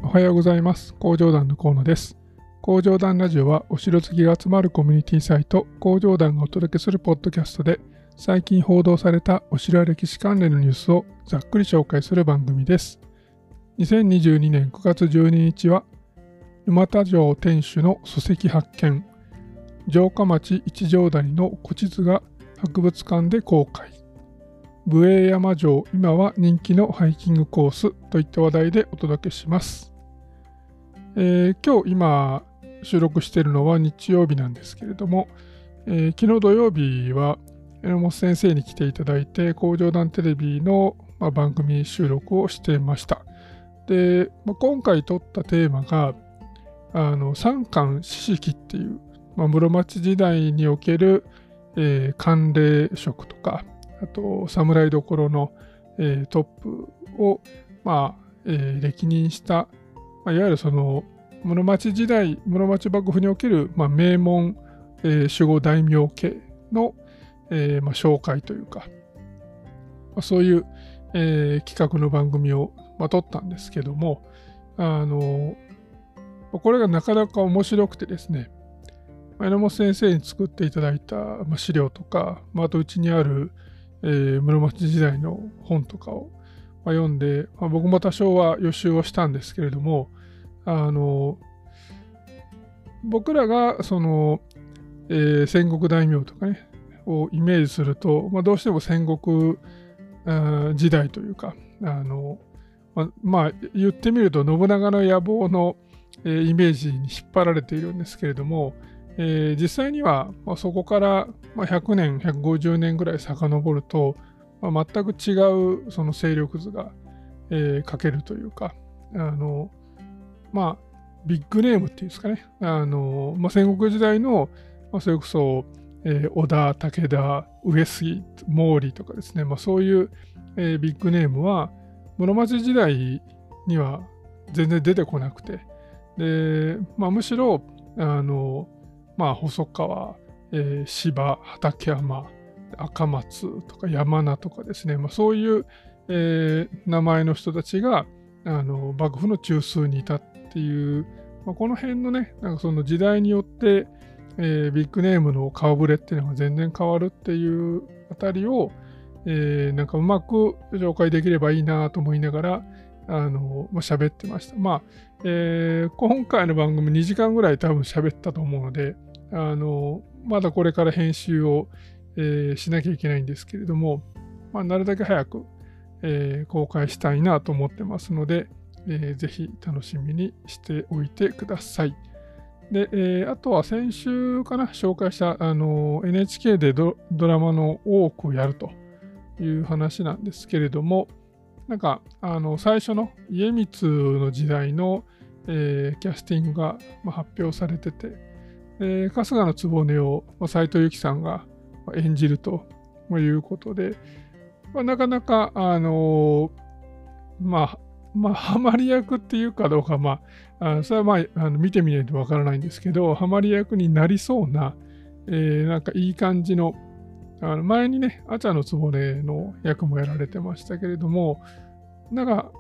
おはようございます。工場団の河野です。工場団ラジオはお城好きが集まるコミュニティサイト工場団がお届けするポッドキャストで最近報道されたお城や歴史関連のニュースをざっくり紹介する番組です。2022年9月12日は沼田城天守の礎石発見、城下町一条谷の古地図が博物館で公開、武営山城今は人気のハイキングコースといった話題でお届けします。今日今収録しているのは日曜日なんですけれども、昨日土曜日は榎本先生に来ていただいて工場団テレビの、番組収録をしていました。で、今回取ったテーマが三冠四式っていう、室町時代における、慣例職とかあと侍どころの、トップを、歴任した、いわゆるその室町時代、室町幕府における、名門、守護大名家の、紹介というか、そういう、企画の番組を、撮ったんですけども、これがなかなか面白くてですね、榎本先生に作っていただいた、資料とか、あとうちにある室町時代の本とかを、読んで、僕も多少は予習をしたんですけれども、僕らがその、戦国大名とかねをイメージすると、どうしても戦国時代というか言ってみると信長の野望の、イメージに引っ張られているんですけれども、実際には、そこから、100年150年ぐらい遡ると、全く違うその勢力図が、書けるというかビッグネームっていうんですかね戦国時代の、それこそ、織田、武田、上杉、毛利とかですね、そういう、ビッグネームは室町時代には全然出てこなくてで、むしろ細川、芝、畠山、赤松とか山名とかですね、そういう、名前の人たちが幕府の中枢にいたっていう、この辺のね、なんかその時代によって、ビッグネームの顔ぶれっていうのが全然変わるっていうあたりを、なんかうまく紹介できればいいなと思いながら喋ってました。今回の番組2時間ぐらい多分喋ったと思うのでまだこれから編集を、しなきゃいけないんですけれども、なるだけ早く、公開したいなと思ってますので、ぜひ楽しみにしておいてください。で、あとは先週かな紹介したNHK でドラマの大奥をやるという話なんですけれども、なんか最初の家光の時代の、キャスティングが、発表されてて、春日の局を斉藤由貴さんが演じるということで、なかなかハマり役っていうかどうか、それは見てみないとわからないんですけど、ハマり役になりそうな、なんかいい感じの、前にね、阿茶の局の役もやられてましたけれども、なんか、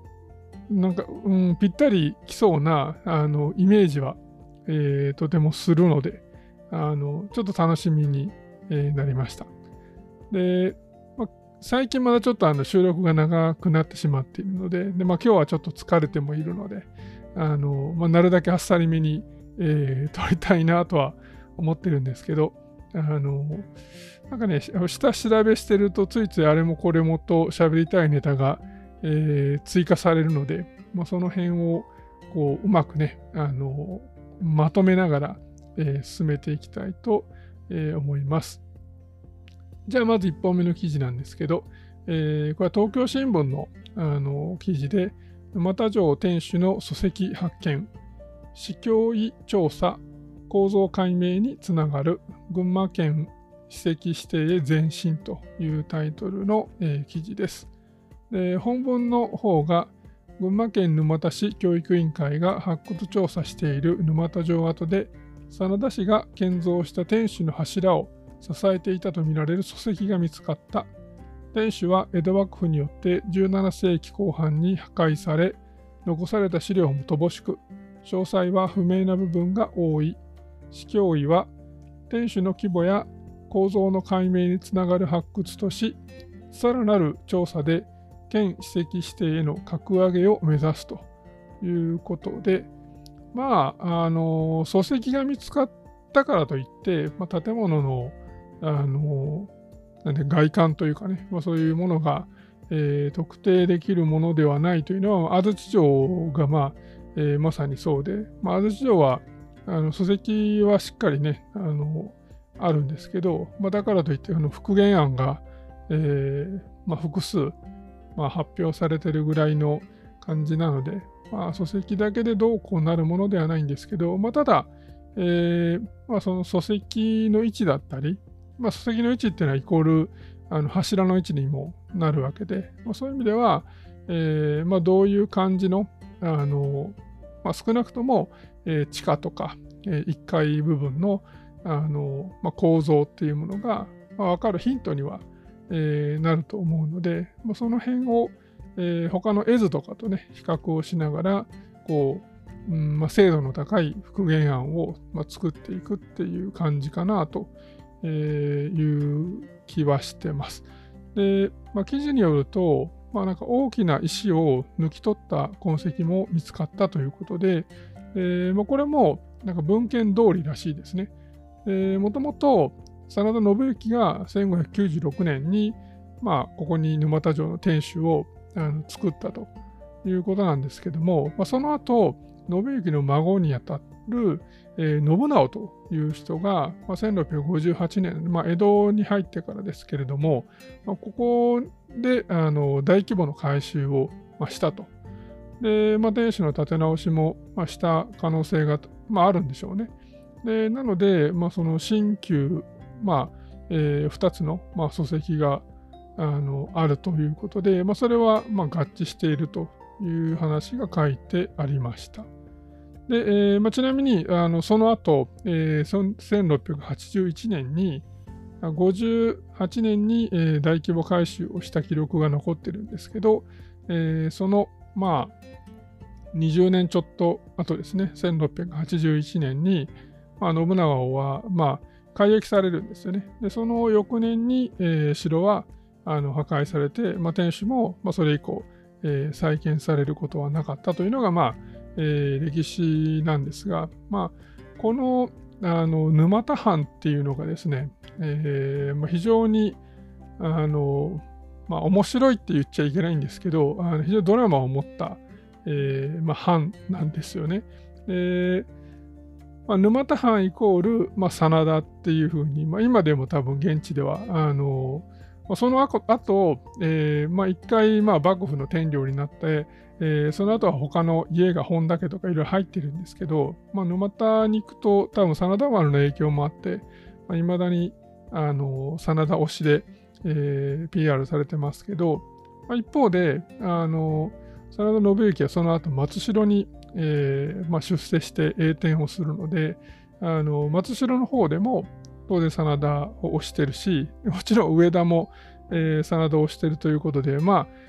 ぴったりきそうなイメージは、とてもするので、ちょっと楽しみに、なりました。で、最近まだちょっと収録が長くなってしまっているので、今日はちょっと疲れてもいるので、なるだけあっさりめに、撮りたいなとは思ってるんですけど、なんかね、下調べしてるとついついあれもこれもと喋りたいネタが、追加されるので、その辺をこううまくね、まとめながら、進めていきたいと、思います。じゃあまず1本目の記事なんですけど、これは東京新聞の、記事で沼田城天守の礎石発見、市教委調査構造解明につながる群馬県史跡指定へ前進というタイトルの、記事です。で本文の方が群馬県沼田市教育委員会が発掘調査している沼田城跡で真田氏が建造した天守の柱を支えていたとみられる礎石が見つかった。天守は江戸幕府によって17世紀後半に破壊され、 残された資料も乏しく、詳細は不明な部分が多い。市教委は、天守の規模や構造の解明につながる発掘とし、さらなる調査で県史跡指定への格上げを目指すということで、礎石が見つかったからといって、建物の、外観というかね、そういうものが、特定できるものではないというのは、安土城が、まさにそうで、安土城は礎石はしっかりね、あるんですけど、だからといって復元案が、複数、発表されているぐらいの感じなので、礎石だけでどうこうなるものではないんですけど、ただ、その礎石の位置だったり、礎石の位置っていうのはイコール柱の位置にもなるわけで、そういう意味では、どういう感じの、少なくとも、地下とか、1階部分の、構造っていうものが、分かるヒントには、なると思うので、その辺を、他の絵図とかとね、比較をしながら、精度の高い復元案を、作っていくっていう感じかなという気はしてます。で、記事によると、なんか大きな石を抜き取った痕跡も見つかったということで、これもなんか文献通りらしいですね。もともと真田信行が1596年に、ここに沼田城の天守を作ったということなんですけども、その後、信行の孫にあたる、信直という人が、1658年、江戸に入ってからですけれども、ここで大規模の改修を、したと。で、天守の建て直しも、した可能性が、あるんでしょうね。でなので、その新旧、2つの、礎石があるということで、それは合致しているという話が書いてありました。でちなみにその後、1681年に58年に、大規模改修をした記録が残ってるんですけど、その20年ちょっと後ですね、1681年に、信長は、改易されるんですよね。でその翌年に、城は破壊されて、天守も、それ以降、再建されることはなかったというのが、歴史なんですが、この沼田藩っていうのがですね、非常に面白いって言っちゃいけないんですけど、非常にドラマを持った、藩なんですよね。沼田藩イコール、真田っていうふうに、今でも多分現地ではその後、一回、幕府の天領になって、その後は他の家が本田家とかいろいろ入ってるんですけど、沼田に行くと多分真田丸の影響もあって、いまだに真田推しで、PR されてますけど、一方で真田信行はその後松代に、出世して栄転をするので、松代の方でも当然真田を推してるし、もちろん上田も、真田を推してるということで、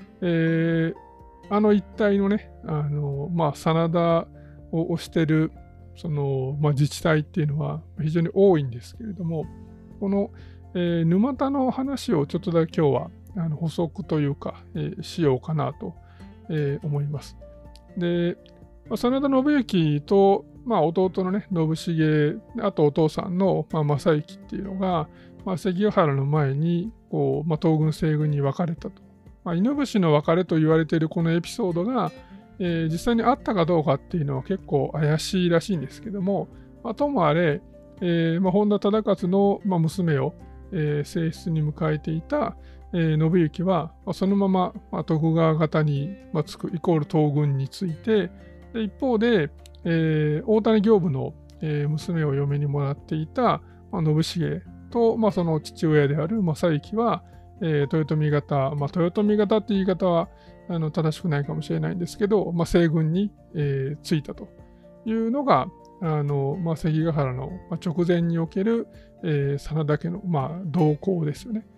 一帯のね、真田を推してるその、自治体っていうのは非常に多いんですけれども、この、沼田の話をちょっとだけ今日は補足というか、しようかなと、思います。で、真田信行と、弟のね、信繁、あとお父さんの、正行っていうのが、関ヶ原の前にこう、東軍西軍に分かれたと。犬伏の別れと言われているこのエピソードが、実際にあったかどうかっていうのは結構怪しいらしいんですけども、ともあれ、本田忠勝の、娘を、正室に迎えていた、信行は、そのまま、徳川方に、つくイコール東軍について、で一方で、大谷刑部の、娘を嫁にもらっていた、信繁と、その父親である正行は、豊臣方、豊臣方っていう言い方は正しくないかもしれないんですけど、西軍に、ついたというのが、関ヶ原の直前における、真田家の、動向ですよね。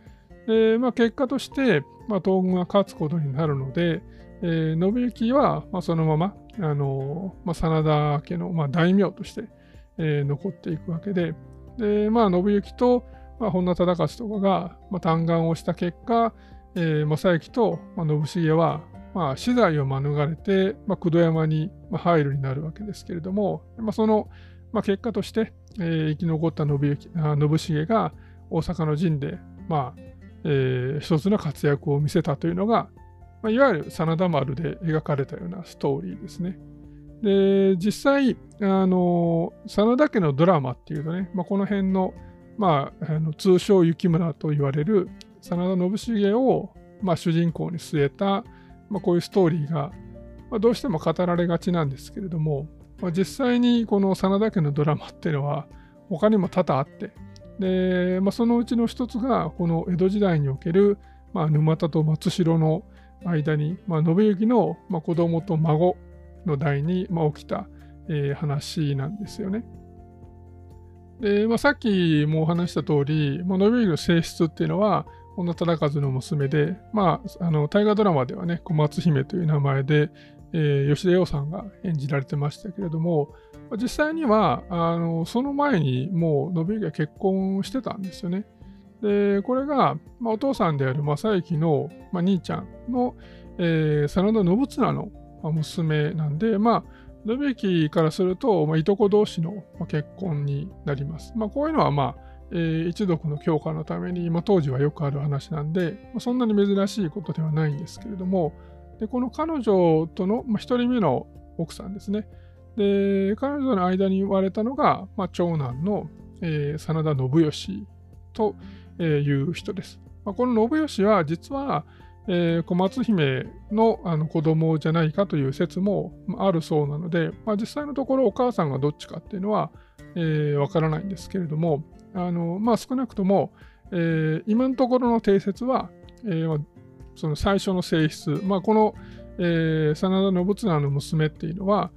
で、結果として、東軍が勝つことになるので、信行は、そのまま、真田家の、大名として、残っていくわけで、で、信行と、本田忠勝とかが、嘆願をした結果、正行と、信繁は、死罪を免れて、九度山に入るになるわけですけれども、その、結果として、生き残った信繁が大阪の陣で、一つの活躍を見せたというのが、いわゆる真田丸で描かれたようなストーリーですね。で、実際、真田家のドラマっていうとね、この辺の、通称雪村と言われる真田信繁を、主人公に据えた、こういうストーリーが、どうしても語られがちなんですけれども、実際にこの真田家のドラマっていうのは他にも多々あって、で、そのうちの一つがこの江戸時代における、沼田と松代の間に、信行の、子供と孫の代に、起きた、話なんですよね。で、さっきもお話した通り、信行の正室っていうのは本田忠勝の娘で、大河ドラマではね、小松姫という名前で、吉田羊さんが演じられてましたけれども、実際にはその前にもう信行は結婚してたんですよね。で、これが、お父さんである正行の、兄ちゃんの、真田信綱の娘なんで、信行からすると、いとこ同士の結婚になります。こういうのは、一族の強化のために、当時はよくある話なんで、そんなに珍しいことではないんですけれども、でこの彼女との、一人目の奥さんですね。で、彼女の間に言われたのが、長男の、真田信義という人です。この信義は実は、小松姫の、子供じゃないかという説もあるそうなので、実際のところお母さんがどっちかっていうのはわからないんですけれども、少なくとも、今のところの定説は、その最初の正室、この、真田信綱の娘っていうのは、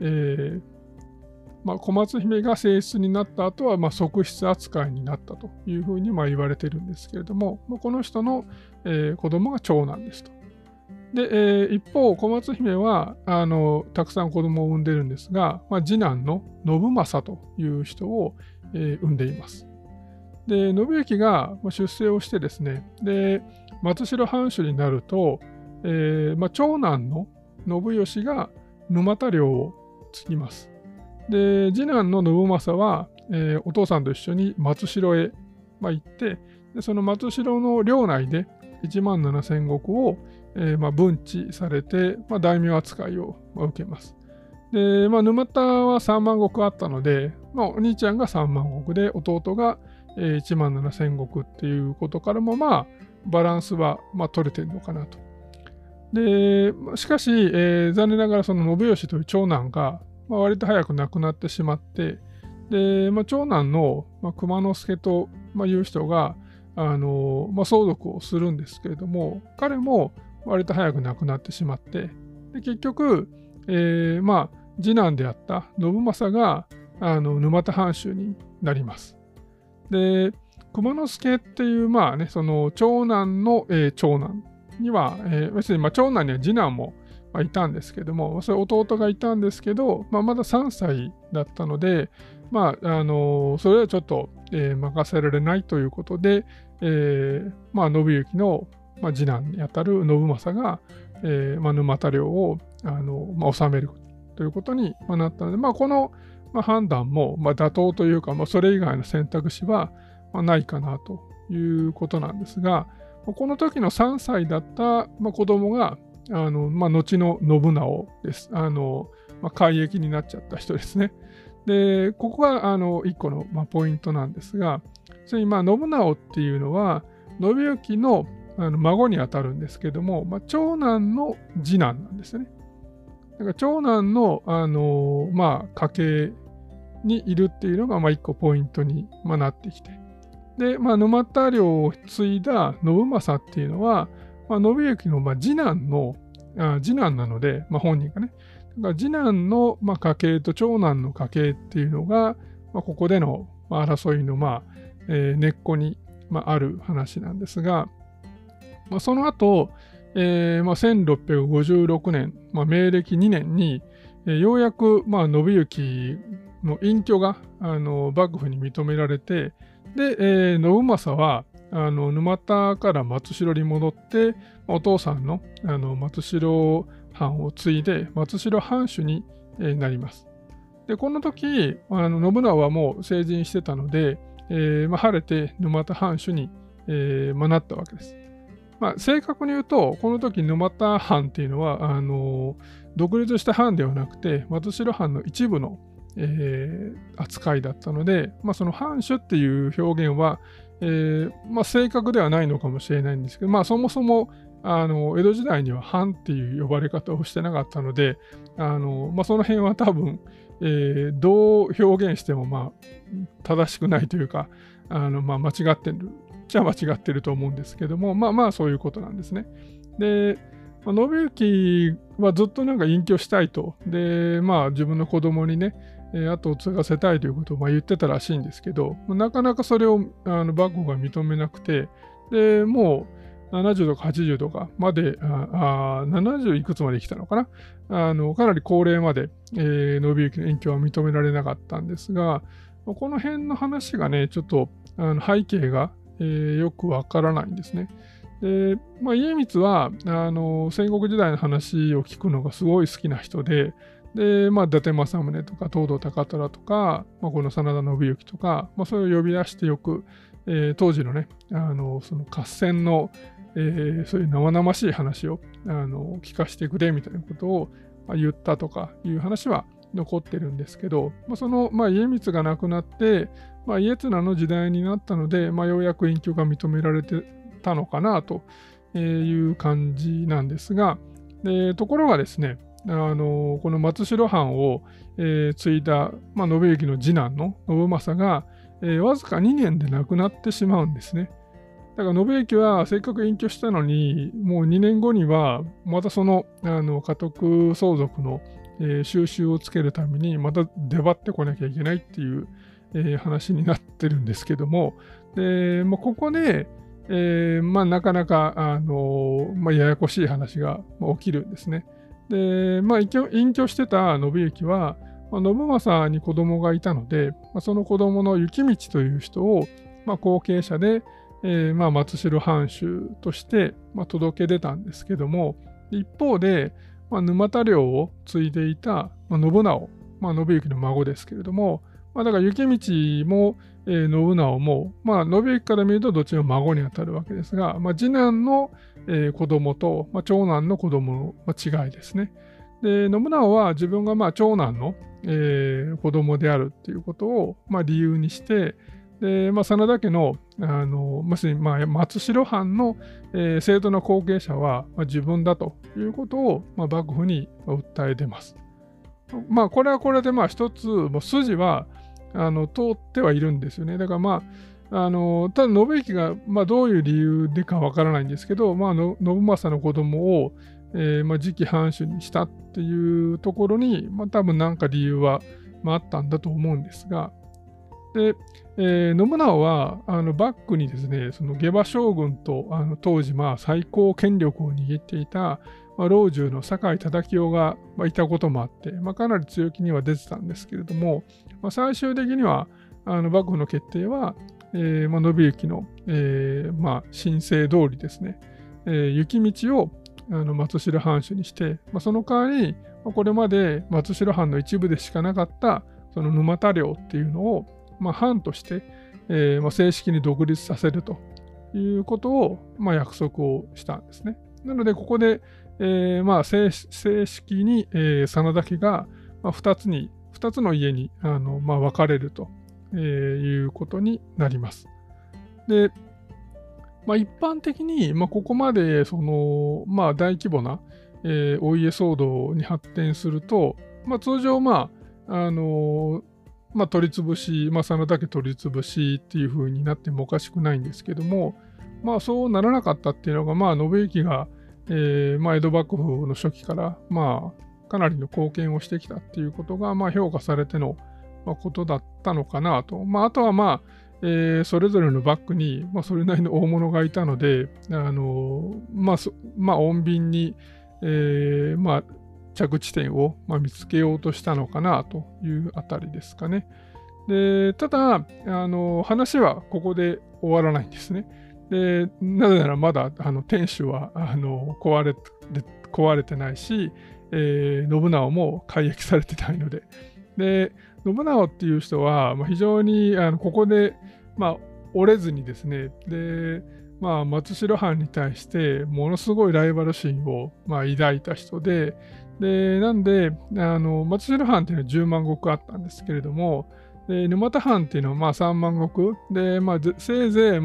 小松姫が正室になった後は、側室扱いになったというふうに言われているんですけれども、この人の、子供が長男ですと。で、一方、小松姫はたくさん子供を産んでるんですが、次男の信正という人を、産んでいます。で、信行が出世をしてですね、で、松代藩主になると、長男の信義が沼田領を継ぎます。で、次男の信正は、お父さんと一緒に松代へ、行って、でその松代の領内で1万7000石を、分地されて、大名扱いを受けます。で、沼田は3万石あったので、お兄ちゃんが3万石で、弟が1万7000石っていうことからも、バランスは取れてるのかなと。で、しかし、残念ながらその信義という長男が、割と早く亡くなってしまって、で、長男の、熊之助という人が、相続をするんですけれども、彼も割と早く亡くなってしまって、で結局、次男であった信正が沼田藩主になります。で、熊之助っていう、その長男の、長男には、別に長男には次男もいたんですけども、それ弟がいたんですけど、まだ3歳だったので、それはちょっと、任せられないということで、信行の、次男にあたる信正が、沼田領を治めるということになったので、この、判断も、妥当というか、それ以外の選択肢は、ないかなということなんですが、この時の3歳だった、子供が後の信直です。改易になっちゃった人ですね。で、ここが一個の、ポイントなんですが、それに信直っていうのは、信行の孫にあたるんですけども、長男の次男なんですね。だから長男の、家系にいるっていうのが、一個ポイントに、なってきて。で、沼田領を継いだ信正っていうのは、信行の次男なので、本人がね、だから次男の家系と長男の家系っていうのが、ここでの争いの根っこにある話なんですが、 その後、1656年、明暦2年に、ようやく、信行の隠居が幕府に認められて、で、信正は沼田から松代に戻って、お父さんの、松代藩を継いで松代藩主に、なります。で、この時、信長はもう成人してたので、晴れて沼田藩主に、なったわけです。正確に言うと、この時沼田藩っていうのは独立した藩ではなくて、松代藩の一部の、扱いだったので、その藩主っていう表現は、正確ではないのかもしれないんですけど、そもそも江戸時代には藩っていう呼ばれ方をしてなかったので、その辺は多分、どう表現しても正しくないというか、間違ってるじゃ間違ってると思うんですけども、そういうことなんですね。で、信行はずっとなんか隠居したいと。で、自分の子供にね、後を継がせたいということを言ってたらしいんですけど、なかなかそれを幕府が認めなくて、で、もう70とか80とかまで、70いくつまで来たのかな。かなり高齢まで、信行の隠居は認められなかったんですが、この辺の話がね、ちょっと背景がよくわからないんですね。で、家光は戦国時代の話を聞くのがすごい好きな人で、で、伊達政宗とか東堂高虎とか、この真田信行とか、それを呼び出してよく、当時のね、その合戦の、そういう生々しい話を聞かせてくれみたいなことを言ったとかいう話は残ってるんですけど、その、家光が亡くなって、家綱の時代になったので、ようやく隠居が認められてたのかなという感じなんですが、ところがですね、この松代藩を、継いだ、信行の次男の信正が、わずか2年で亡くなってしまうんですね。だから信行はせっかく隠居したのに、もう2年後にはまたその家督相続の、収拾をつけるためにまた出張ってこなきゃいけないっていう、話になってるんですけども、でここで、なかなかややこしい話が起きるんですね。で、隠居してた信行は、信正に子供がいたので、その子供の行道という人を、後継者で、松代藩主として、届け出たんですけども、一方で、沼田領を継いでいた、信直、信行の孫ですけれども、だから行道も、信直も、信行から見るとどっちも孫にあたるわけですが、次男の、子供と、長男の子供の違いですね。で、信直は自分が長男の、子供であるっていうことを、理由にして、で、真田家の、松代藩の、正当な後継者は、自分だということを、幕府に訴え出ます。これはこれで一つ筋は通ってはいるんですよね。だからただ信行がどういう理由でかわからないんですけど、信正の子供を、次期藩主にしたっていうところに、多分何か理由は、あったんだと思うんですが、で、信長はバックにですね、その下馬将軍と当時最高権力を握っていた老中の酒井忠清がいたこともあって、かなり強気には出てたんですけれども、最終的には幕府の決定は、信行の、申請通りですね、行道を松代藩主にして、その代わり、これまで松代藩の一部でしかなかったその沼田領っていうのを、藩として、正式に独立させるということを、約束をしたんですね。なので、ここで、正式に、真田家が、2つの家に分かれると、いうことになります。で、一般的に、ここまでその、大規模な、お家騒動に発展すると、通常、取り潰し、真田家取り潰しっていう風になってもおかしくないんですけども、そうならなかったっていうのが、信行が、江戸幕府の初期から、かなりの貢献をしてきたっていうことが、評価されての、ことだったのかなと。あとは、 それぞれのバックに、それなりの大物がいたので、穏便に、着地点を、見つけようとしたのかなというあたりですかね。で、ただ、話はここで終わらないんですね。で、なぜならまだ天守は壊れてないし、信長も改易されてないので。で、信長っていう人は、非常にここで、折れずにですね、で、松代藩に対してものすごいライバル心を、抱いた人で、なんで、松代藩っていうのは10万石あったんですけれども、で沼田藩っていうのは3万石で、せいぜい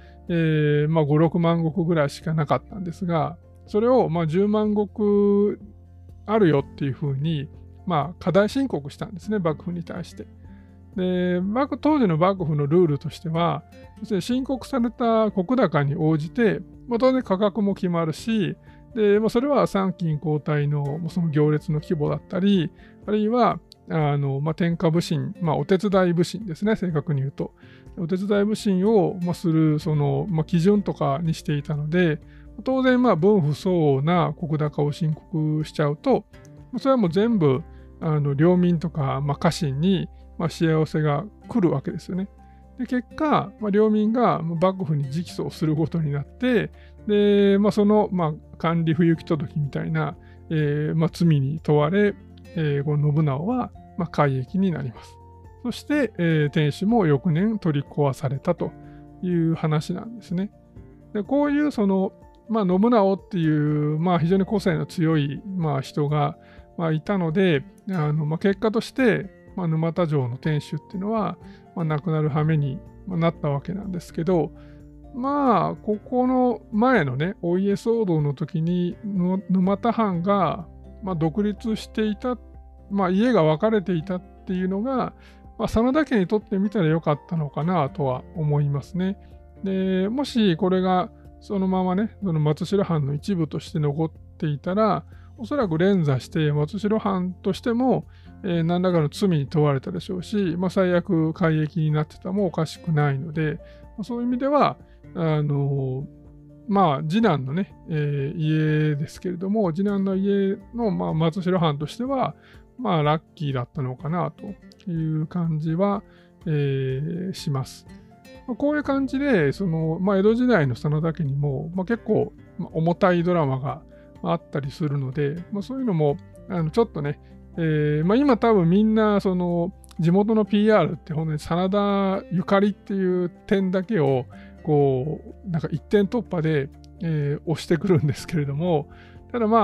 5、6万石ぐらいしかなかったんですが、それを10万石あるよっていうふうに、過大申告したんですね、幕府に対して。で、当時の幕府のルールとしては、申告された石高に応じて、当然価格も決まるし、でそれは参勤交代のその行列の規模だったり、あるいは天下武神、お手伝い武神ですね、正確に言うと。お手伝い武神をするその、基準とかにしていたので、当然、分不相応な石高を申告しちゃうと、それはもう全部領民とか、家臣に幸せが来るわけですよね。で結果、領民が幕府に直訴をすることになって、でその、管理不行き届きみたいな、罪に問われ、この信長は、改易になります。そして、天守も翌年取り壊されたという話なんですね。でこういうその、信長っていう、非常に個性の強い、人が、いたので、結果として、沼田城の天守っていうのは、なくなる羽目になったわけなんですけど、ここの前のね、お家騒動の時に沼田藩が、独立していた、家が分かれていたっていうのが、真田家にとってみたらよかったのかなとは思いますね。でもしこれがそのままね、その松代藩の一部として残っていたら、おそらく連座して松代藩としても、何らかの罪に問われたでしょうし、最悪改易になってたもおかしくないので、そういう意味では次男のね、家ですけれども、次男の家の、松代藩としては、ラッキーだったのかなという感じは、します。こういう感じで、その江戸時代の真田家にも、結構、重たいドラマがあったりするので、そういうのもちょっとね、今多分みんなその地元の PR って本当に真田ゆかりっていう点だけをこうなんか一点突破で、押してくるんですけれども、ただ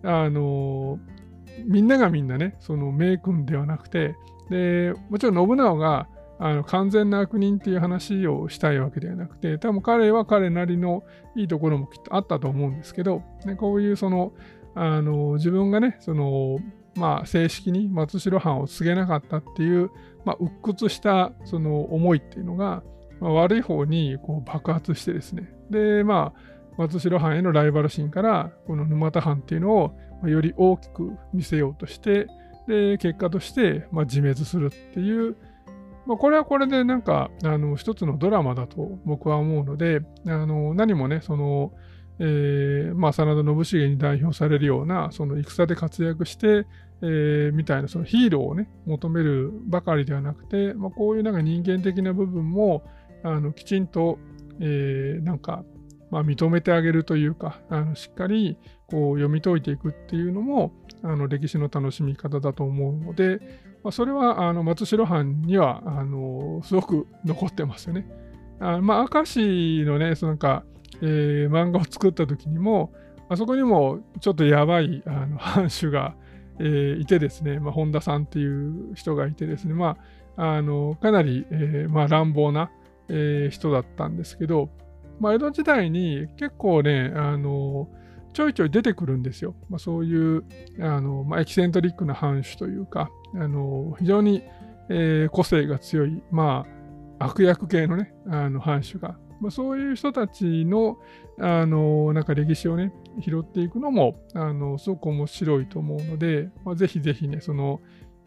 みんながみんなねその名君ではなくて、でもちろん信長が完全な悪人っていう話をしたいわけではなくて、多分彼は彼なりのいいところもきっとあったと思うんですけど、こういうその自分がねその正式に松代藩を告げなかったっていう、鬱屈したその思いっていうのが、悪い方にこう爆発してですね、で松代藩へのライバル心からこの沼田藩っていうのをより大きく見せようとして、で結果として自滅するっていう、これはこれでなんか一つのドラマだと僕は思うので、何もねその真田信繁に代表されるようなその戦で活躍して、みたいなそのヒーローをね求めるばかりではなくて、こういうなんか人間的な部分もきちんと、なんか、認めてあげるというかしっかりこう読み解いていくっていうのも歴史の楽しみ方だと思うので、それは松代藩にはすごく残ってますよね。明石のねなんか漫画を作った時にも、あそこにもちょっとやばい藩主が、いてですね、本田さんっていう人がいてですね、かなり、乱暴な、人だったんですけど、江戸時代に結構ね、ちょいちょい出てくるんですよ。そういうエキセントリックな藩主というか、非常に、個性が強い、悪役系のね、藩主が。そういう人たちの、なんか歴史をね、拾っていくのも、すごく面白いと思うので、ぜひぜひね、その、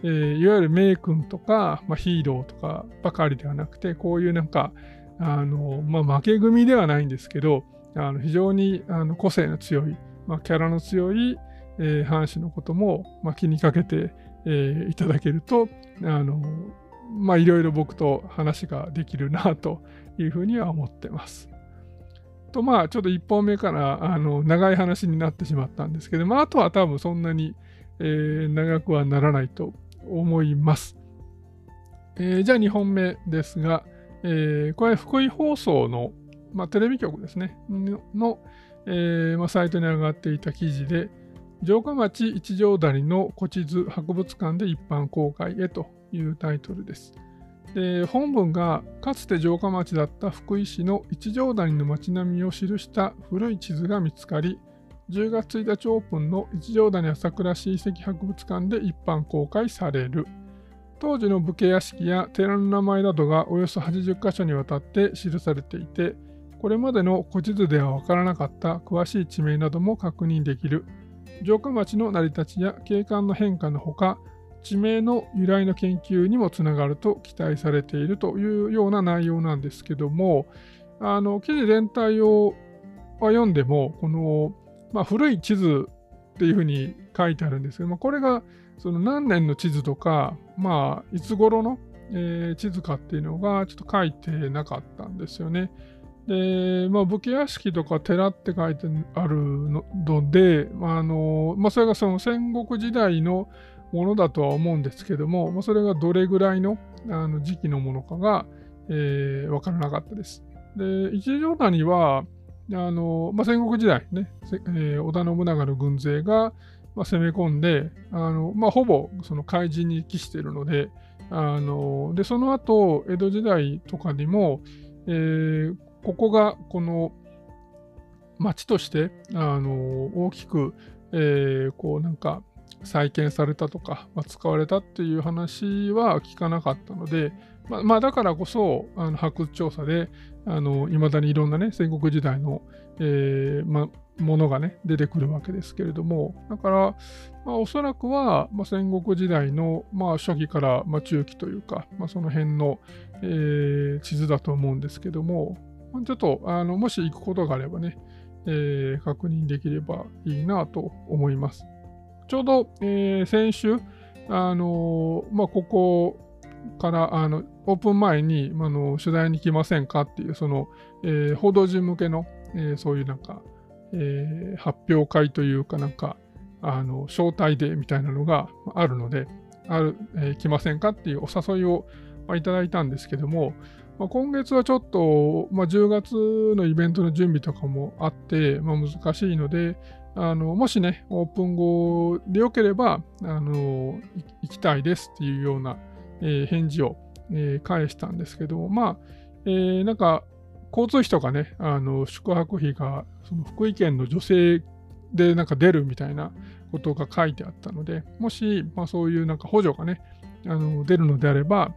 いわゆる名君とか、ヒーローとかばかりではなくて、こういうなんか、負け組ではないんですけど、非常に個性の強い、キャラの強い、藩士のことも、気にかけて、いただけると、いろいろ僕と話ができるなというふうには思ってます。と、ちょっと1本目から長い話になってしまったんですけど、あとは多分そんなに、長くはならないと思います。じゃあ2本目ですが、これ福井放送の、テレビ局ですね、の、サイトに上がっていた記事で、城下町一条谷の古地図博物館で一般公開へというタイトルです。で、本文がかつて城下町だった福井市の一条谷の町並みを記した古い地図が見つかり、10月1日オープンの一条谷朝倉市遺跡博物館で一般公開される。当時の武家屋敷や寺の名前などがおよそ80カ所にわたって記されていて、これまでの古地図ではわからなかった詳しい地名なども確認できる。城下町の成り立ちや景観の変化のほか、地名の由来の研究にもつながると期待されているというような内容なんですけども、記事全体を読んでも、この、古い地図っていうふうに書いてあるんですけど、これがその何年の地図とか、いつ頃の、地図かっていうのがちょっと書いてなかったんですよね。で、武家屋敷とか寺って書いてあるので、それがその戦国時代のものだとは思うんですけども、それがどれぐらいの時期のものかが、わからなかったです。で、一条谷は、戦国時代ね、織田信長の軍勢が、攻め込んで、ほぼその開示に帰しているので、で、その後、江戸時代とかにも、ここがこの町として大きく、再建されたとか、使われたっていう話は聞かなかったので、だからこそ発掘調査でいまだにいろんなね戦国時代の、ものがね出てくるわけですけれども、だから、おそらくは、戦国時代の、初期から、中期というか、その辺の、地図だと思うんですけども、ちょっともし行くことがあればね、確認できればいいなと思います。ちょうど、先週、ここからオープン前に、取材に来ませんかっていう、その、報道陣向けの、そういう発表会というか、招待デーみたいなのがあるので、来ませんかっていうお誘いをいただいたんですけども、今月はちょっと、10月のイベントの準備とかもあって、難しいので、もしね、オープン後でよければ、行きたいですっていうような、返事を、返したんですけど、交通費とかね、宿泊費がその福井県の助成で出るみたいなことが書いてあったので、もし、そういう補助がね、出るのであれば、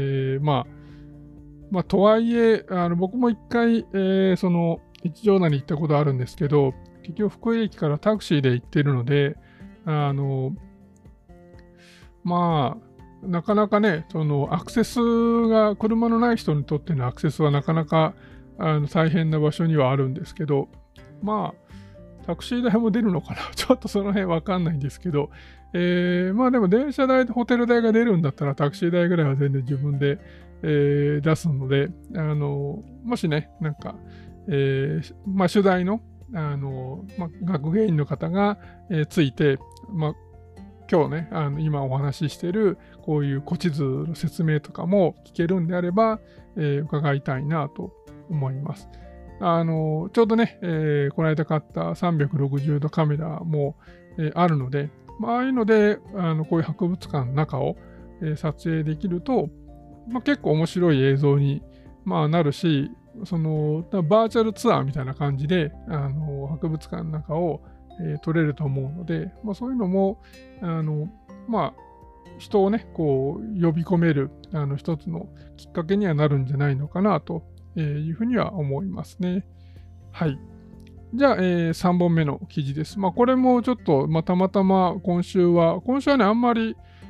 とはいえ、僕も一回、その一条谷に行ったことあるんですけど、結局福井駅からタクシーで行ってるので、なかなかね、そのアクセスが、車のない人にとってのアクセスはなかなか大変な場所にはあるんですけど、タクシー代も出るのかなちょっとその辺わかんないんですけど、でも電車代とホテル代が出るんだったらタクシー代ぐらいは全然自分で、出すので、もしね、取材の、学芸員の方が、ついて、今日ね、今お話ししているこういう古地図の説明とかも聞けるんであれば、伺いたいなと思います。ちょうどね、この間買った360度カメラも、あるので、ああいうのでこういう博物館の中を、撮影できると、結構面白い映像に、なるし、そのバーチャルツアーみたいな感じで博物館の中を、撮れると思うので、そういうのも人をねこう呼び込める一つのきっかけにはなるんじゃないのかなというふうには思いますね。はい。じゃあ、3本目の記事です。これもちょっと、たまたま今週はね、あんまり、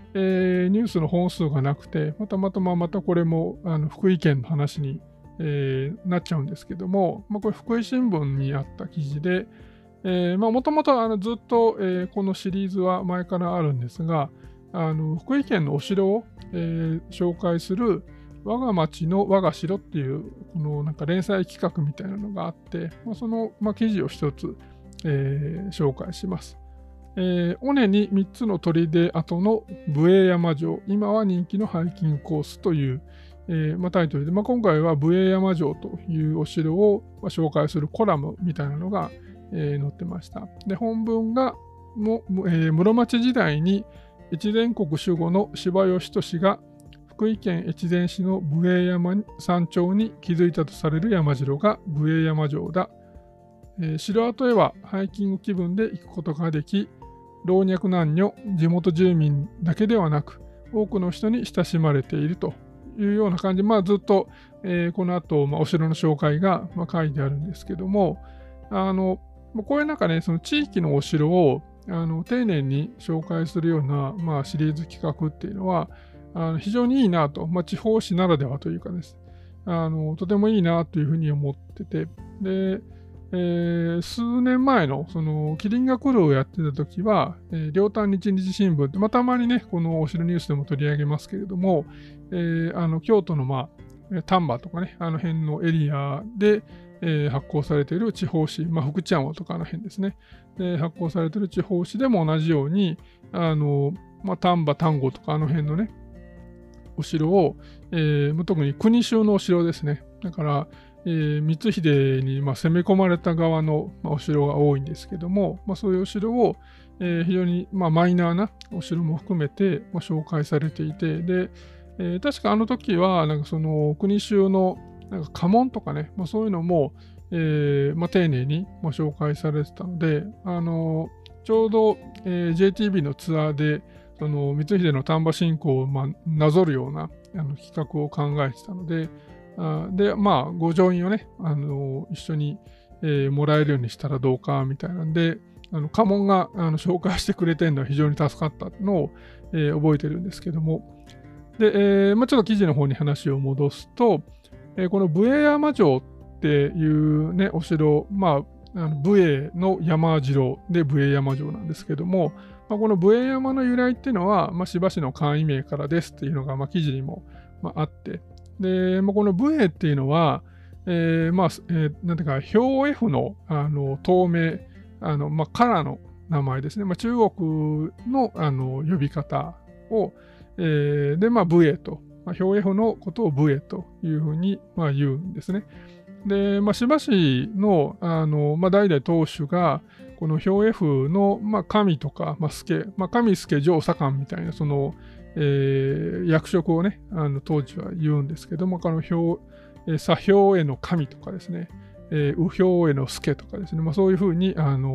ニュースの本数がなくて、またこれも福井県の話に、なっちゃうんですけども、これ福井新聞にあった記事で、もともとずっと、このシリーズは前からあるんですが、福井県のお城を、紹介する我が町の我が城っていうこのなんか連載企画みたいなのがあって、その、記事を一つ、紹介します。尾根に3つの砦跡の武衛山城、今は人気のハイキングコースという、タイトルで、今回は武衛山城というお城を、紹介するコラムみたいなのが、載ってました。で、本文が室町時代に越前国守護の柴義俊が福井県越前市の武衛山山頂に築いたとされる山城が武衛山城だ。城跡へはハイキング気分で行くことができ、老若男女、地元住民だけではなく、多くの人に親しまれているというような感じで、ずっと、この後、お城の紹介が、書いてあるんですけども、こういうなんかね、その地域のお城を丁寧に紹介するような、シリーズ企画っていうのは、非常にいいなと、地方紙ならではというかです、とてもいいなというふうに思ってて、で、数年前のそのキリンが来るをやってた時は、両端日日新聞って、たまにね、このお城ニュースでも取り上げますけれども、京都の丹波とかね、あの辺のエリアで、発行されている地方紙、福知山とかあの辺ですね、で発行されている地方紙でも同じように、丹波、丹後とかあの辺のね、お城を、特に国衆のお城ですね。だから、光秀に攻め込まれた側のお城が多いんですけども、そういうお城を、非常にマイナーなお城も含めて、紹介されていて、で、確かあの時はなんかその国衆のなんか家紋とかね、そういうのも、丁寧に紹介されてたので、ちょうど、JTB のツアーでその光秀の丹波侵攻をなぞるような企画を考えてたので、ご乗員をね、一緒に、もらえるようにしたらどうかみたいなんで、家紋が紹介してくれてるのは非常に助かったのを、覚えてるんですけども、で、ちょっと記事の方に話を戻すと、この武衛山城っていうね、お城、武衛の山城で武衛山城なんですけども、この武衛山の由来っていうのは、柴市の簡易名からですっていうのが、記事にも、あって、で、この武衛っていうのは、なんていうか、兵 F の、透明、からの名前ですね。中国の、呼び方を、で、武衛と、兵 F のことを武衛というふうに、言うんですね。で、柴市の、代々当主が、この兵 F の、神とか、助、神助上左官みたいな、その、役職をね、当時は言うんですけども、この左兵への神とかですね、右兵への助とかですね、そういうふうに、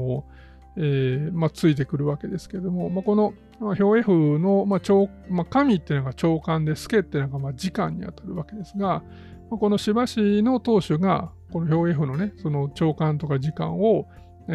ついてくるわけですけども、この兵 F の、神っていうのが長官で、助っていうのが次官にあたるわけですが、この柴市の当主が、この兵 F のね、その長官とか次官を、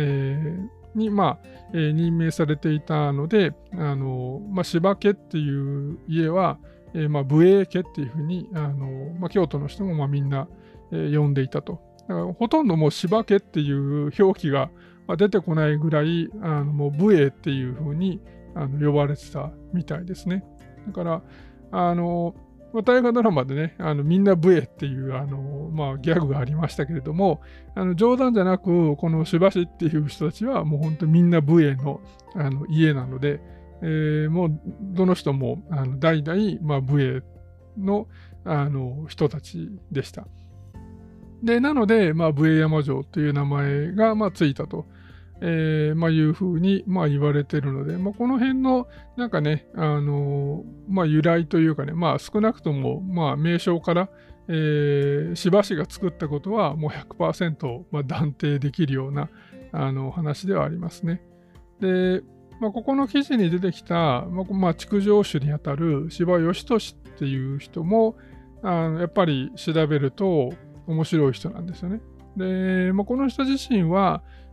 任命されていたので、柴家っていう家は、武衛家っていうふうに、京都の人もみんな、呼んでいたと。だからほとんどもう柴家っていう表記が出てこないぐらい、もう武衛っていうふうに呼ばれてたみたいですね。だから、大河ドラマでね、みんな武衛っていうギャグがありましたけれども、冗談じゃなく、この柴市っていう人たちはもう本当にみんな武衛の、家なので、もうどの人も代々、武衛の、人たちでした。で、なので、武衛山城という名前が、ついたと。いうふうに、言われているので、この辺の、なんかね、由来というかね、少なくとも、名称から、柴市が作ったことは、もう 100%、断定できるような、話ではありますね。で、ここの記事に出てきた、築城主にあたる柴義俊っていう人も、やっぱり調べると面白い人なんですよね。で、この人自身は、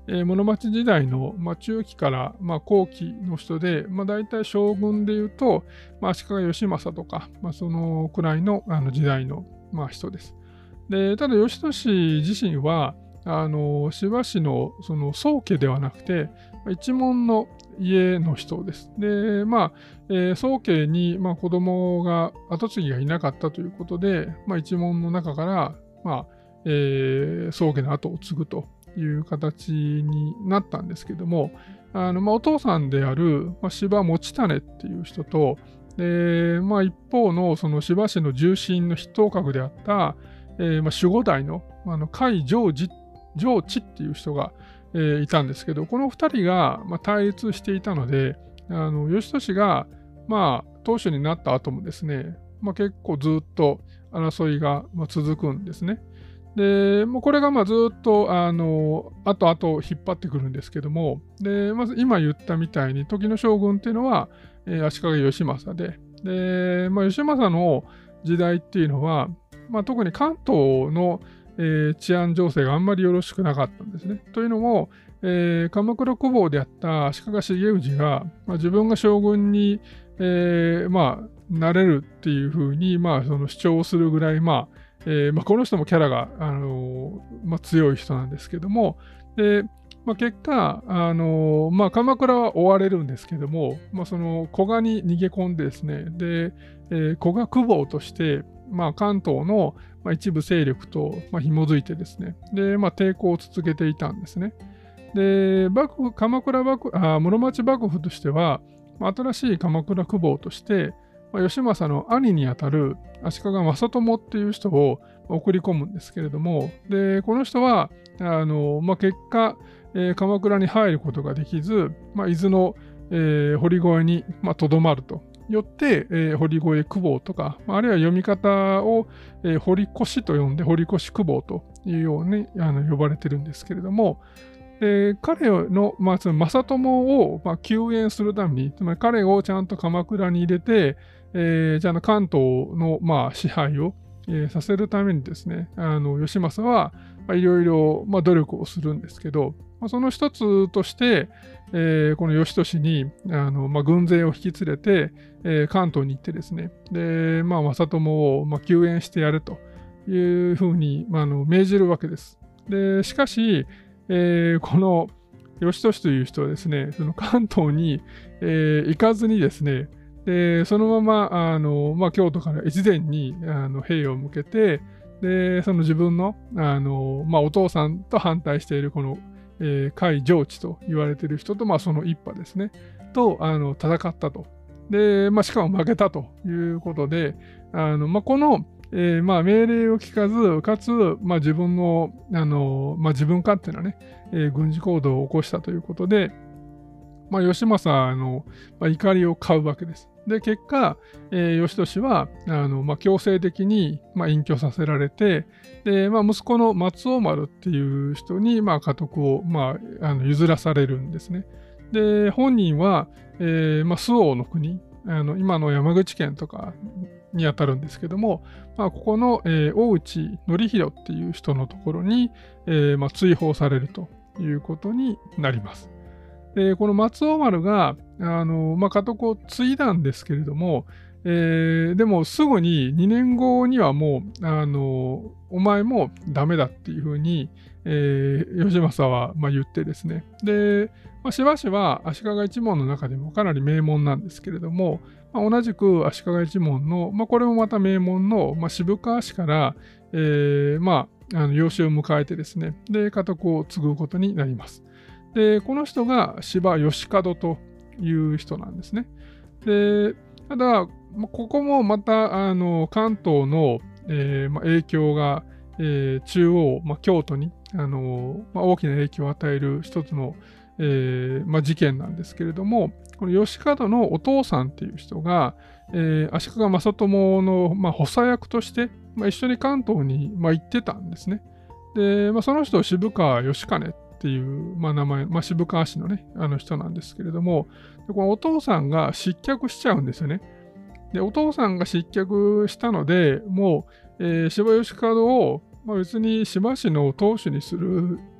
室町時代の、中期から、後期の人で、大体将軍でいうと、足利義政とか、そのくらいの、時代の、人です。で、ただ義俊自身は、千葉氏のその宗家ではなくて、一門の家の人です。で、宗家に、子供が、跡継ぎがいなかったということで、一門の中から、宗家の後を継ぐという形になったんですけども、お父さんである、柴持種っていう人と、で、一方のその柴氏の重臣の筆頭格であった、守護代の、甲斐上智っていう人が、いたんですけど、この2人が、対立していたので、義俊が、当主になった後もですね、結構ずっと争いが、続くんですね。で、これがずっと後々引っ張ってくるんですけども、で、まず今言ったみたいに、時の将軍っていうのは、足利義政で、で、義政の時代っていうのは、特に関東の、治安情勢があんまりよろしくなかったんですね。というのも、鎌倉公方であった足利重氏が、自分が将軍に、なれるっていうふうに、その主張をするぐらい、この人もキャラが、強い人なんですけども、で結果、鎌倉は追われるんですけども、その古賀に逃げ込んでですね、で、古賀公方として、関東の一部勢力と紐づいてですね、で、抵抗を続けていたんですね。で、鎌倉室町幕府としては、新しい鎌倉公方として、義政の兄にあたる足利正友っていう人を送り込むんですけれども、で、この人は、結果、鎌倉に入ることができず、伊豆の、堀越にとどまると。よって、堀越公方とか、あるいは読み方を、堀越と呼んで堀越公方というように呼ばれてるんですけれども、彼の、その正友を、救援するために、つまり彼をちゃんと鎌倉に入れて、ちゃんと関東の、支配を、させるためにですね、義政はいろいろ努力をするんですけど、その一つとして、この義俊に軍勢を引き連れて、関東に行ってですね、で、正友を救援してやるというふうに、命じるわけです。で、しかし、この義俊という人はですね、その関東に、行かずにですね、でそのまま京都から越前に兵を向けて、でその自分の、お父さんと反対しているこの、甲斐上智と言われている人と、その一派ですね、と戦ったと。で、しかも負けたということで、この、命令を聞かず、かつ、自分の、自分勝手なね、軍事行動を起こしたということで、義政の、怒りを買うわけです。で、結果、義俊は強制的に、隠居させられて、で、息子の松尾丸っていう人に、家督を、譲らされるんですね。で、本人は、周防の国、今の山口県とかにあたるんですけども、ここの、大内則弘っていう人のところに、追放されるということになります。で、この松尾丸が、家督を継いだんですけれども、でもすぐに2年後にはもう、お前もダメだっていうふうに、義政は言ってですね。で、しばしば足利一門の中でもかなり名門なんですけれども、同じく足利一門の、これもまた名門の、渋川氏から、養子を迎えてですね、で、家督を継ぐことになります。で、この人が柴義門という人なんですね。で、ただ、ここもまた関東の、影響が、中央、京都に大きな影響を与える一つの、事件なんですけれども、この義門のお父さんっていう人が、足利正友の、補佐役として、一緒に関東に、行ってたんですね。で、その人を渋川義兼っていう、名前、渋川氏のね、人なんですけれども、このお父さんが失脚しちゃうんですよね。で、お父さんが失脚したので、もう、柴義門を、別に柴氏の当主にする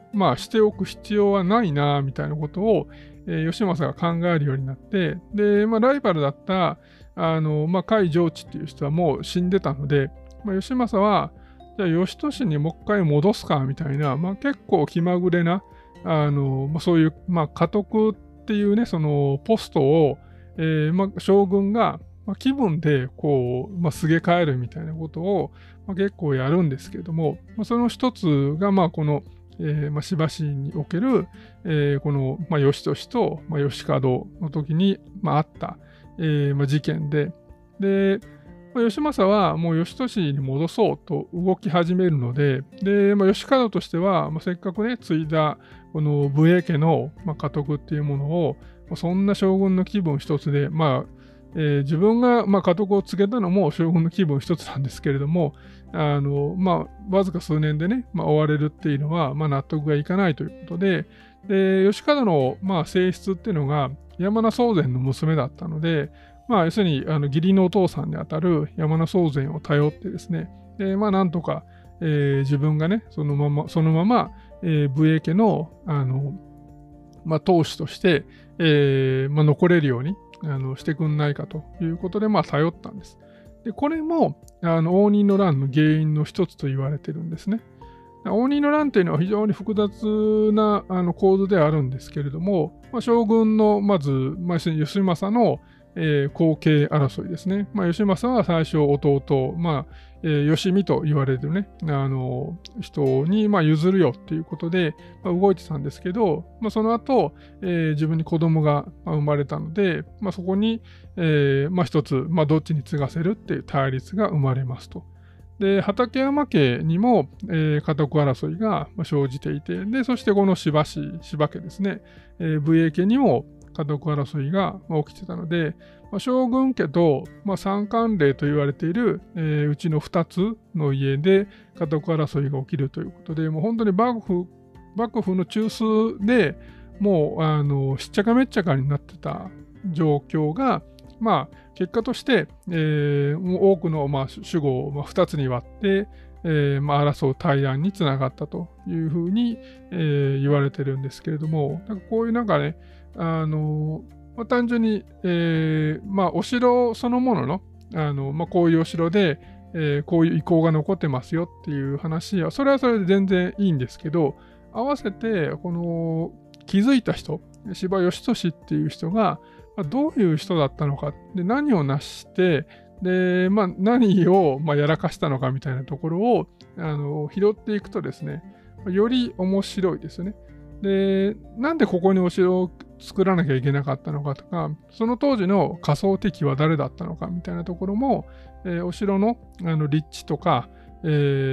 しておく必要はないな、みたいなことを、義政が考えるようになって、で、ライバルだった、甲斐上智っていう人はもう死んでたので、義政は、じゃあ義俊にもう一回戻すか、みたいな、結構気まぐれな、そういう、家督っていうね、そのポストを、将軍が、気分でこう、すげ替えるみたいなことを、結構やるんですけれども、その一つが、この、しばしにおける、この、義俊と、義門の時に、あった、事件で、で、義政はもう義俊に戻そうと動き始めるので、で、義門としては、せっかくね、継いだこの武衛家の、家督っていうものを、そんな将軍の気分一つで、自分が、家督を告げたのも将軍の気分一つなんですけれども、わずか数年でね、追われるっていうのは、納得がいかないということで、で、義門の、正室っていうのが山名宗全の娘だったので、要するに義理のお父さんにあたる山名宗全を頼ってですね、で、なんとか、自分がね、そのまま、武衛家の、当主として、残れるようにしてくんないかということで、頼ったんです。で、これも応仁の乱の原因の一つと言われてるんですね。応仁の乱というのは非常に複雑な構図ではあるんですけれども、将軍のまず、義政の後継争いですね。義政は最初弟、義見と言われるね、人に譲るよっていうことで、動いてたんですけど、その後、自分に子供が生まれたので、そこに、一つ、どっちに継がせるっていう対立が生まれますと。で、畠山家にも、家督争いが生じていて、で、そしてこの柴家ですね、武衛家にも家督争いが起きてたので、将軍家と、三官令と言われている、うちの2つの家で家督争いが起きるということで、もう本当に幕府の中枢でもうしっちゃかめっちゃかになってた状況が、結果として、多くの守護を2つに割って、争う対案につながったというふうに、言われてるんですけれども、こういうなんかね、単純に、お城そのものの、こういうお城で、こういう遺構が残ってますよっていう話は、それはそれで全然いいんですけど、合わせて、この気づいた人、司馬義俊っていう人が、どういう人だったのか、で何を成して、で、何をやらかしたのかみたいなところを拾っていくとですね、より面白いですよね。で、なんでここにお城を作らなきゃいけなかったのかとか、その当時の仮想敵は誰だったのかみたいなところも、お城の立地とか、い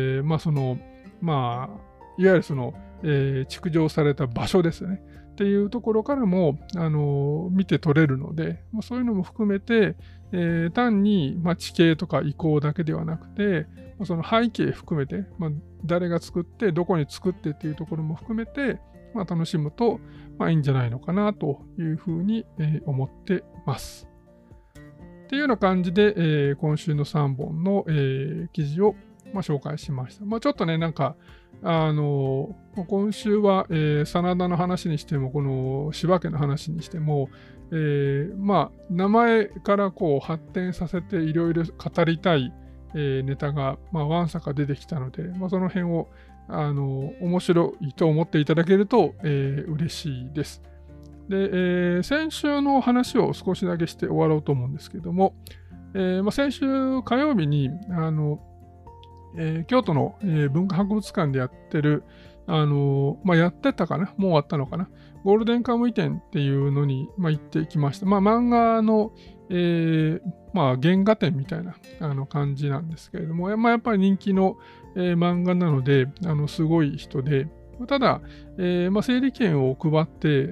わゆるその、築城された場所ですね。っていうところからも見て取れるので、そういうのも含めて、単に、地形とか遺構だけではなくて、その背景含めて、誰が作ってどこに作ってっていうところも含めて、楽しむと、いいんじゃないのかなというふうに、思ってます。っていうような感じで、今週の3本の、記事を、紹介しました。ちょっとね、なんか、今週は、真田の話にしても、この柴家の話にしても、名前からこう発展させていろいろ語りたい、ネタが、わんさか出てきたので、その辺を面白いと思っていただけると、嬉しいです。で、先週の話を少しだけして終わろうと思うんですけども、先週火曜日に京都の、文化博物館でやってる、やってたかな、もう終わったのかな、ゴールデンカムイ展っていうのに、行ってきました。漫画の、原画展みたいな感じなんですけれども、やっぱり人気の、漫画なので、すごい人で、ただ、整理券を配って、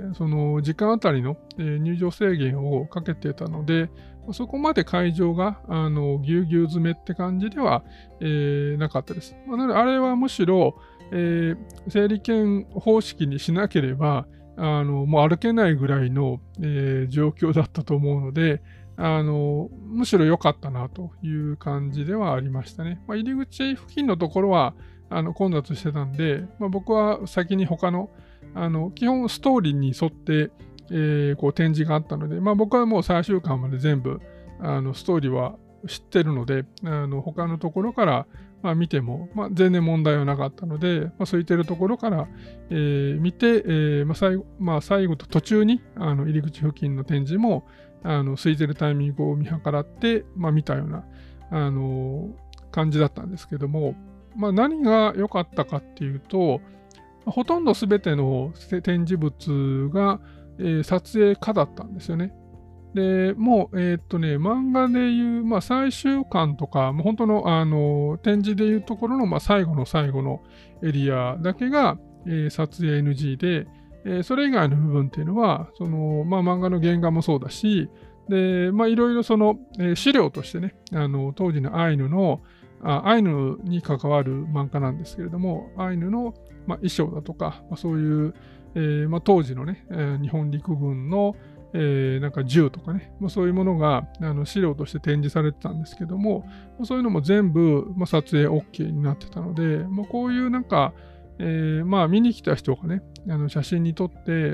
その時間あたりの、入場制限をかけてたので、そこまで会場がぎゅうぎゅう詰めって感じでは、なかったです。なので、あれはむしろ、整理券方式にしなければ、もう歩けないぐらいの、状況だったと思うので、むしろ良かったなという感じではありましたね。入り口付近のところは、 混雑してたんで、僕は先に他の、基本ストーリーに沿って、こう展示があったので、僕はもう最終巻まで全部、ストーリーは知ってるので、他のところから、見ても、全然問題はなかったので、空いてるところから、見て、最後と途中に入り口付近の展示も空いてるタイミングを見計らって、見たような感じだったんですけども、何が良かったかっていうと、ほとんど全ての展示物が、撮影可だったんですよね。で、もう、漫画でいう、最終巻とか、もう本当の、展示でいうところの、最後の最後のエリアだけが、撮影 NG で、それ以外の部分っていうのは、漫画の原画もそうだし、で、いろいろ資料としてね、当時のアイヌに関わる漫画なんですけれども、アイヌの、衣装だとか、そういう、当時のね、日本陸軍の、なんか銃とかね、そういうものが資料として展示されてたんですけども、そういうのも全部、撮影 OK になってたので、こういうなんか、見に来た人がね、写真に撮って、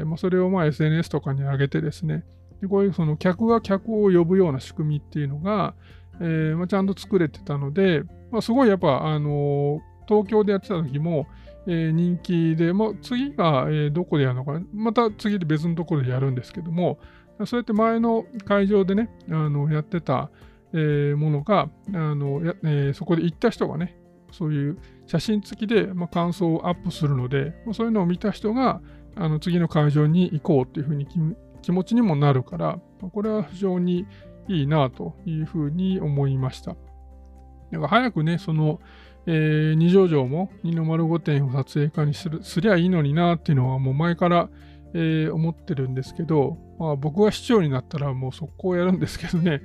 それをSNS とかに上げてですね、でこういう客が客を呼ぶような仕組みっていうのが、ちゃんと作れてたので、すごいやっぱ、東京でやってた時も、人気で、次が、どこでやるのかな、また次で別のところでやるんですけども、そうやって前の会場でね、やってた、ものが、そこで行った人がね、そういう写真付きで、感想をアップするので、そういうのを見た人が、次の会場に行こうっていうふうに気持ちにもなるから、これは非常にいいなというふうに思いました。だから早くね、二条城も二の丸御殿を撮影化にすりゃいいのになっていうのはもう前から、思ってるんですけど、僕が市長になったらもう速攻やるんですけどね、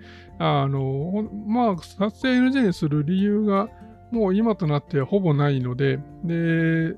撮影 NG にする理由がもう今となってはほぼないので、で、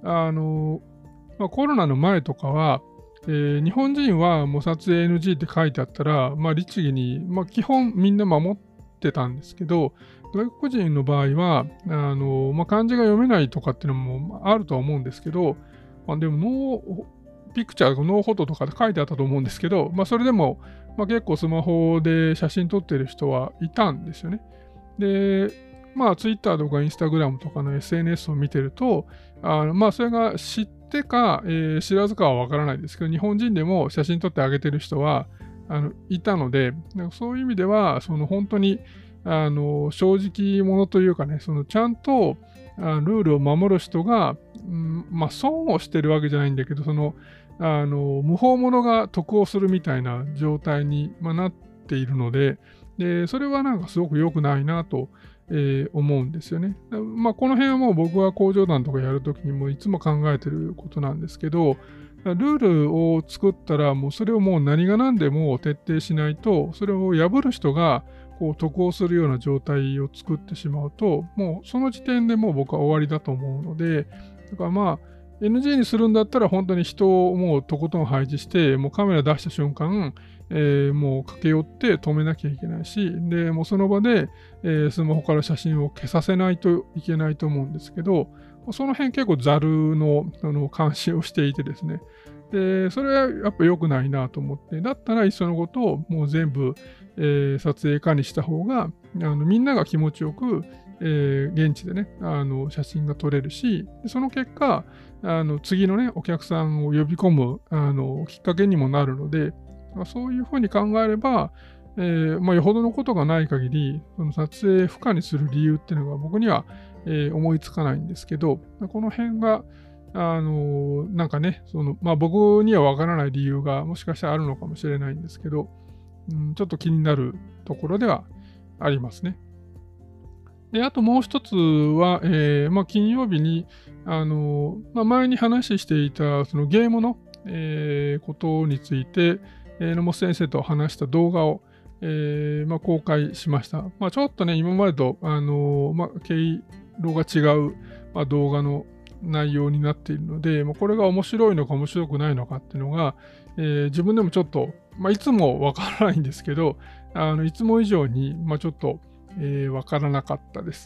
コロナの前とかは、日本人はもう撮影 NG って書いてあったら、律儀に、基本みんな守ってたんですけど、外国人の場合は、漢字が読めないとかっていうのもあるとは思うんですけど、でもノーピクチャー、ノーフォトとかで書いてあったと思うんですけど、それでも、結構スマホで写真撮ってる人はいたんですよね。で、Twitter とか Instagram とかの SNS を見てると、それが知ってか、知らずかはわからないですけど、日本人でも写真撮ってあげてる人はいたので、そういう意味では、本当に正直者というかね、ちゃんとルールを守る人が、損をしてるわけじゃないんだけど、無法者が得をするみたいな状態に、なっているので、それはなんかすごく良くないなと、思うんですよね。この辺はもう僕は工場団とかやるときにもいつも考えてることなんですけど、ルールを作ったらもうそれをもう何が何でも徹底しないと、それを破る人がこう得をするような状態を作ってしまうと、もうその時点でもう僕は終わりだと思うので、だからNG にするんだったら本当に人をもうとことん配置して、もうカメラ出した瞬間、もう駆け寄って止めなきゃいけないし、で、もうその場で、スマホから写真を消させないといけないと思うんですけど、その辺結構ざるの監視をしていてですね、で、それはやっぱ良くないなと思って、だったらいっそのことをもう全部、撮影化にした方が、みんなが気持ちよく、現地でね、写真が撮れるし、その結果、次のね、お客さんを呼び込む、きっかけにもなるので、そういうふうに考えれば、よほどのことがない限り、その撮影不可にする理由っていうのが僕には、思いつかないんですけど、この辺が、なんかね、僕にはわからない理由がもしかしたらあるのかもしれないんですけど、ちょっと気になるところではありますね。で、あともう一つは、金曜日に、前に話していたそのゲームの、ことについて、野本先生と話した動画を、公開しました。ちょっとね、今までと、毛色が違う、動画の内容になっているので、これが面白いのか面白くないのかっていうのが、自分でもちょっと、いつもわからないんですけど、いつも以上に、ちょっと、わからなかったです。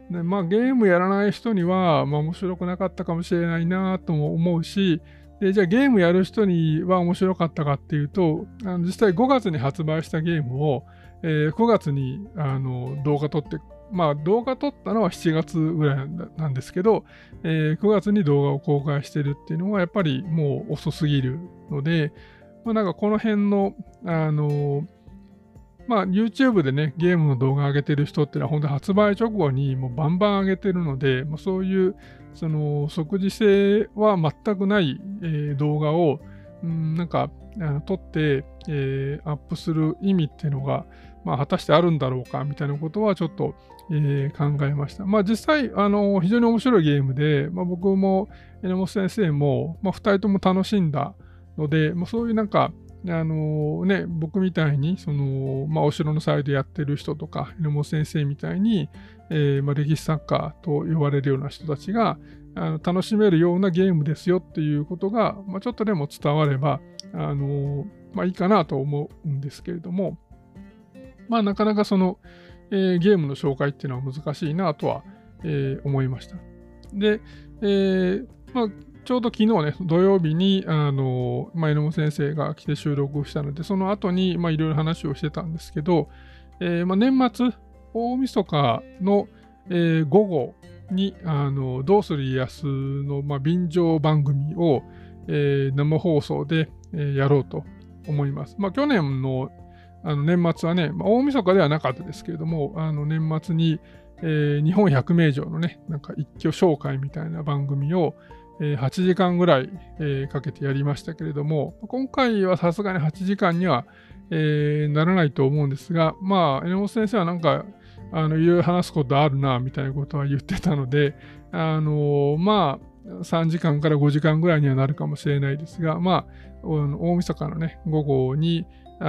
でゲームやらない人には、面白くなかったかもしれないなとも思うし、でじゃあゲームやる人には面白かったかっていうと、実際5月に発売したゲームを、9月に動画撮って、動画撮ったのは7月ぐらいなんですけど、9月に動画を公開してるっていうのはやっぱりもう遅すぎるので、なんかこの辺の、YouTube でね、ゲームの動画上げてる人っていうのは、本当に発売直後にもうバンバン上げてるので、そういうその即時性は全くない、動画を、なんか撮って、アップする意味っていうのが、果たしてあるんだろうかみたいなことはちょっと、考えました。実際非常に面白いゲームで、僕も榎本先生も、2人とも楽しんだので、そういうなんか僕みたいにお城のサイドやってる人とか榎本先生みたいに、歴史作家と呼ばれるような人たちが楽しめるようなゲームですよっていうことが、ちょっとでも伝わればいいかなと思うんですけれども、なかなかゲームの紹介っていうのは難しいなとは、思いました。で、ちょうど昨日ね、土曜日に榎本先生が来て収録をしたので、その後にいろいろ話をしてたんですけど、年末、大晦日の、午後にどうする家康の、便乗番組を、生放送で、やろうと思います。去年の年末はね、大晦日ではなかったですけれども、年末に、日本百名城のね、なんか一挙紹介みたいな番組を、8時間ぐらい、かけてやりましたけれども、今回はさすがに8時間には、ならないと思うんですが、榎本先生はなんか、いろいろ話すことあるな、みたいなことは言ってたので、3時間から5時間ぐらいにはなるかもしれないですが、大晦日のね、午後に、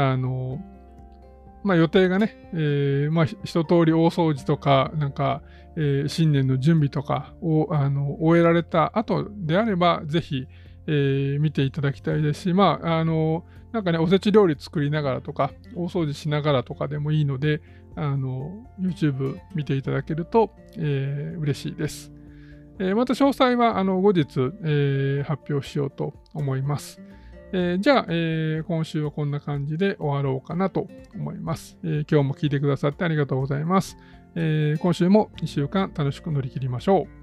予定がね、一通り大掃除とか、なんか、新年の準備とかを終えられた後であれば、ぜひ、見ていただきたいですし、なんかね、おせち料理作りながらとか、大掃除しながらとかでもいいので、YouTube 見ていただけると、嬉しいです。また詳細は後日、発表しようと思います。じゃあ、今週はこんな感じで終わろうかなと思います。今日も聞いてくださってありがとうございます。今週も1週間楽しく乗り切りましょう。